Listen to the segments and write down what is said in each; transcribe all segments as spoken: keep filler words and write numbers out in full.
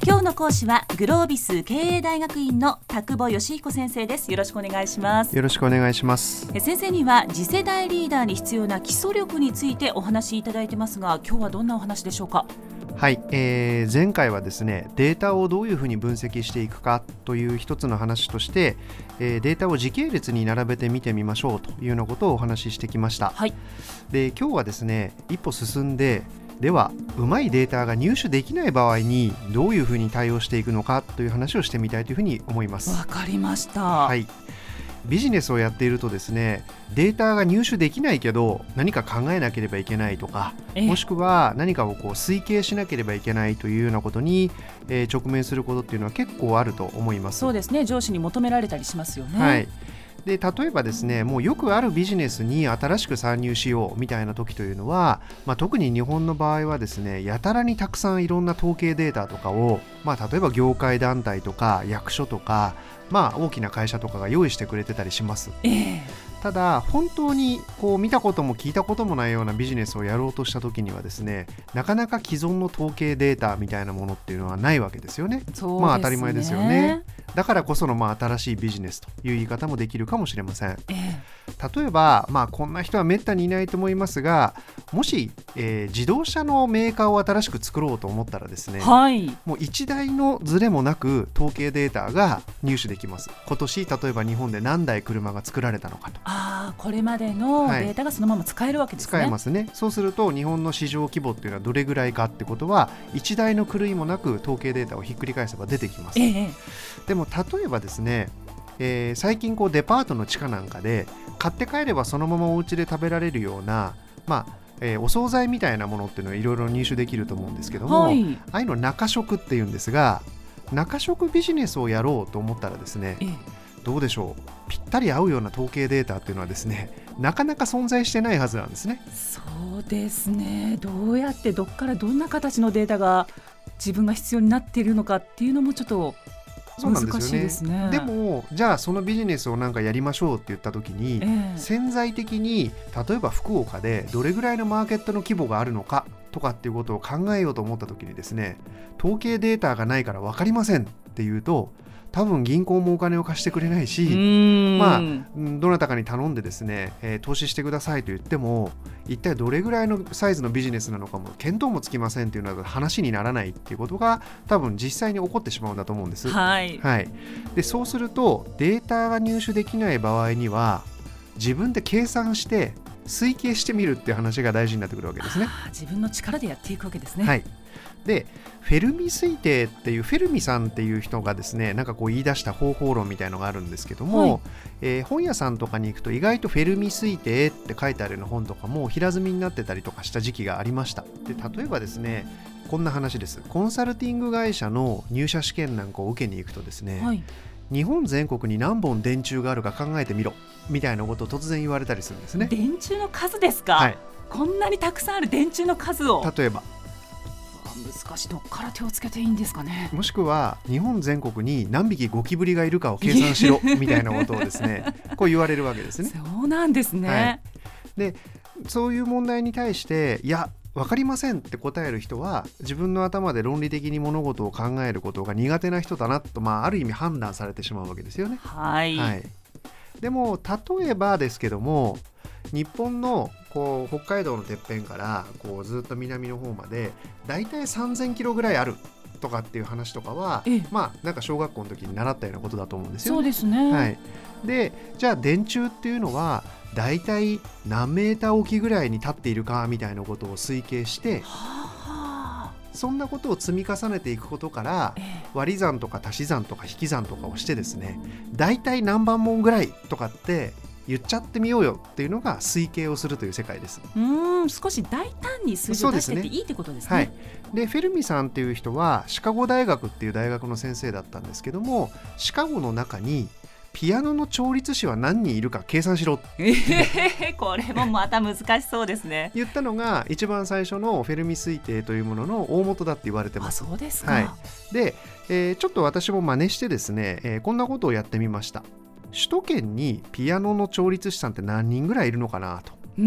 今日の講師はグロービス経営大学院の田久保義彦先生です。よろしくお願いします。 よろしくお願いします。 え先生には次世代リーダーに必要な基礎力についてお話しいただいてますが、今日はどんなお話でしょうか？ はい、えー、前回はですね、データをどういうふうに分析していくかという一つの話として、えー、データを時系列に並べて見てみましょうというようなことをお話ししてきました。 はい、 で今日はですね、一歩進んで、ではうまいデータが入手できない場合にどういうふうに対応していくのかという話をしてみたいというふうに思います。 わかりました。 はい、ビジネスをやっているとですね、データが入手できないけど何か考えなければいけないとか、もしくは何かをこう推計しなければいけないというようなことに、えー、直面することっていうのは結構あると思います。 そうですね、上司に求められたりしますよね。 はい、で例えばですね、もうよくあるビジネスに新しく参入しようみたいな時というのは、まあ、特に日本の場合はですね、やたらにたくさんいろんな統計データとかを、まあ、例えば業界団体とか役所とか、まあ、大きな会社とかが用意してくれてたりします。 えー、 ただ本当にこう見たことも聞いたこともないようなビジネスをやろうとした時にはですね、なかなか既存の統計データみたいなものっていうのはないわけですよね。 そうですね。 まあ当たり前ですよね。だからこそのまあ新しいビジネスという言い方もできるかもしれません。 えー、例えば、まあ、こんな人はめったにいないと思いますが、もし、えー、自動車のメーカーを新しく作ろうと思ったらですね、 はい、 もう一台のズレもなく統計データが入手できます。今年例えば日本で何台車が作られたのかと。 あこれまでのデータがそのまま使えるわけですね。 使えますね。そうすると日本の市場規模っていうのはどれぐらいかってことは、一台の狂いもなく統計データをひっくり返せば出てきます。 ええ、 でも例えばですね、えー、最近こうデパートの地下なんかで買って帰ればそのままお家で食べられるような、まあえー、お惣菜みたいなものっていうのはいろいろ入手できると思うんですけども、はい、ああいうの中食っていうんですが、中食ビジネスをやろうと思ったらですね、ええ、どうでしょう、ぴったり合うような統計データっていうのはですね、なかなか存在してないはずなんですね。 そうですね。どうやってどっからどんな形のデータが自分が必要になっているのかっていうのもちょっと難しいですね。 でもじゃあそのビジネスをなんかやりましょうって言った時に、えー、潜在的に例えば福岡でどれぐらいのマーケットの規模があるのかとかっていうことを考えようと思った時にですね、統計データがないから分かりませんっていうと、多分銀行もお金を貸してくれないし、まあ、どなたかに頼んでですね、えー、投資してくださいと言っても、一体どれぐらいのサイズのビジネスなのかも見当もつきませんっていうのは話にならないっていうことが多分実際に起こってしまうんだと思うんです。 はいはい、でそうするとデータが入手できない場合には自分で計算して推計してみるっていう話が大事になってくるわけですね。 自分の力でやっていくわけですね。 はい、でフェルミ推定っていうフェルミさんっていう人がですね、なんかこう言い出した方法論みたいのがあるんですけども、はい、えー、本屋さんとかに行くと意外とフェルミ推定って書いてあるような本とかも平積みになってたりとかした時期がありました。で例えばですね、こんな話です。コンサルティング会社の入社試験なんかを受けに行くとですね、はい、日本全国に何本電柱があるか考えてみろみたいなことを突然言われたりするんですね。 電柱の数ですか？はい、こんなにたくさんある電柱の数を。 例えば難しい、どっから手をつけていいんですかね。 もしくは日本全国に何匹ゴキブリがいるかを計算しろみたいなことをですねこう言われるわけですね。 そうなんですね。はい、 でそういう問題に対していや分かりませんって答える人は自分の頭で論理的に物事を考えることが苦手な人だなと、まあ、ある意味判断されてしまうわけですよね。 はい、はい、 でも例えばですけども、日本のこう北海道のてっぺんからこうずっと南の方までだいたいさんぜんキロぐらいあるとかっていう話とかは、まあなんか小学校の時に習ったようなことだと思うんですよね。 そうですね。 はい、でじゃあ電柱っていうのはだいたい何メーターおきぐらいに立っているかみたいなことを推計して、はあ、そんなことを積み重ねていくことから、ええ、割り算とか足し算とか引き算とかをしてですね、だいたい何番問ぐらいとかって言っちゃってみようよっていうのが推計をするという世界です。 うーん、少し大胆に数字を出してっていいってことですね。 はい、でフェルミさんっていう人はシカゴ大学っていう大学の先生だったんですけども、シカゴの中にピアノの調律師は何人いるか計算しろって、 えー、これもまた難しそうですね言ったのが一番最初のフェルミ推定というものの大元だって言われてます。 あ、そうですか。 はい、で、えー、ちょっと私も真似してですね、えー、こんなことをやってみました。首都圏にピアノの調律師さんって何人ぐらいいるのかなと。 う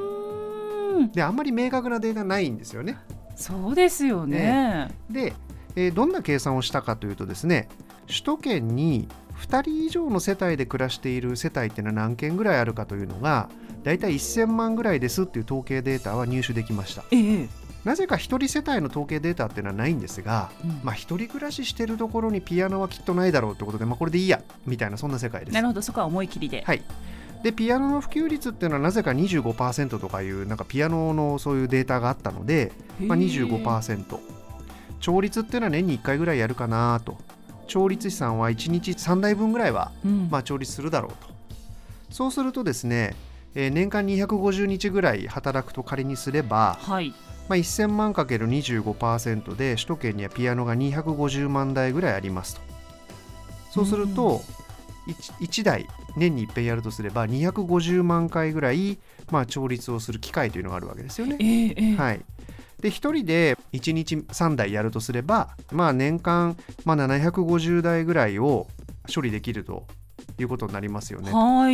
ーん、 であんまり明確なデータないんですよね。 そうですよね。 でえー、どんな計算をしたかというとですね、首都圏にふたり以上の世帯で暮らしている世帯っていうのは何件ぐらいあるかというのがだいたいせんまんぐらいですっていう統計データは入手できました。 ええ、 なぜか一人世帯の統計データっていうのはないんですが、うん、まあ一人暮らししてるところにピアノはきっとないだろうってことで、まあ、これでいいやみたいなそんな世界です。 なるほど、そこは思い切りで。 はい。でピアノの普及率っていうのはなぜか にじゅうごパーセント とかいうなんかピアノのそういうデータがあったので、まあ、にじゅうごパーセント。調律っていうのは年にいっかいぐらいやるかなと。調律師さんはいちにちさんだいぶんぐらいは、うんまあ、調律するだろうと。そうするとですね、えー、年間にひゃくごじゅうにちぐらい働くと仮にすれば、はいまあ、せんまん × にじゅうごパーセント で首都圏にはピアノがにひゃくごじゅうまんだいぐらいありますと。そうすると 1, いちだい年にいっぺんやるとすればにひゃくごじゅうまんかいぐらい、まあ、調律をする機会というのがあるわけですよね。 えーえーはい、でひとりでいちにちさんだいやるとすれば、まあ、年間、まあ、ななひゃくごじゅうだいぐらいを処理できるということになりますよね。 はい。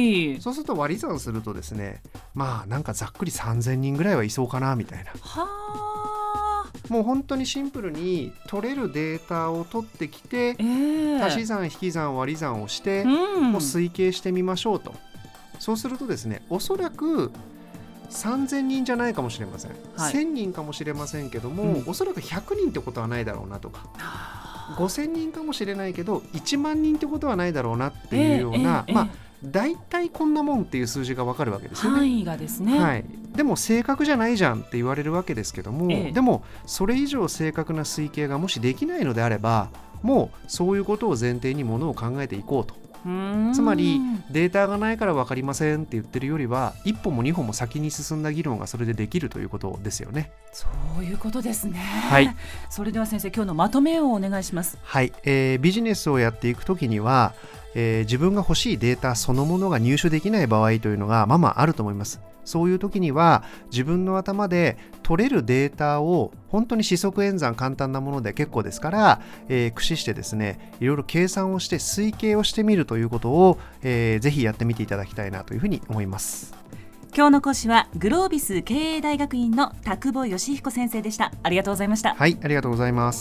そうすると割り算するとですね、まあなんかざっくりさんぜんにんぐらいはいそうかなみたいな。 はもう本当にシンプルに取れるデータを取ってきて、 えー、 足し算引き算割り算をして、 うん、 もう推計してみましょうと。そうするとですね、おそらくさんぜんにんじゃないかもしれません、はい、せんにんかもしれませんけども、うん、おそらくひゃくにんってことはないだろうなとか、ごせんにんかもしれないけどいちまんにんってことはないだろうなっていうような、えーえーまあ大体こんなもんっていう数字が分かるわけですよね。 範囲がですね、 はい、でも正確じゃないじゃんって言われるわけですけども、ええ、でもそれ以上正確な推計がもしできないのであれば、もうそういうことを前提にものを考えていこうと。つまりデータがないから分かりませんって言ってるよりは、一歩も二歩も先に進んだ議論がそれでできるということですよね。 そういうことですね。 はい、 それでは先生、今日のまとめをお願いします。 はい、えー、ビジネスをやっていくときには、えー、自分が欲しいデータそのものが入手できない場合というのがまあまああると思います。そういう時には自分の頭で取れるデータを本当に四則演算簡単なもので結構ですから、えー、駆使してですね、いろいろ計算をして推計をしてみるということを、えー、ぜひやってみていただきたいなというふうに思います。 今日の講師はグロービス経営大学院の田久保義彦先生でした。ありがとうございました。 はい、ありがとうございます。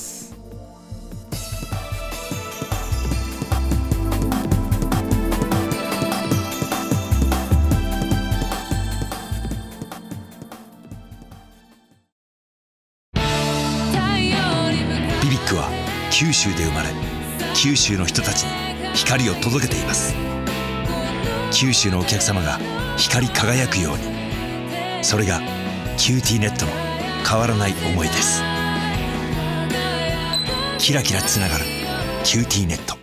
ビビックは九州で生まれ、九州の人たちに光を届けています。九州のお客様が光り輝くように、それがキューティーネットの変わらない思いです。キラキラつながるキューティーネット。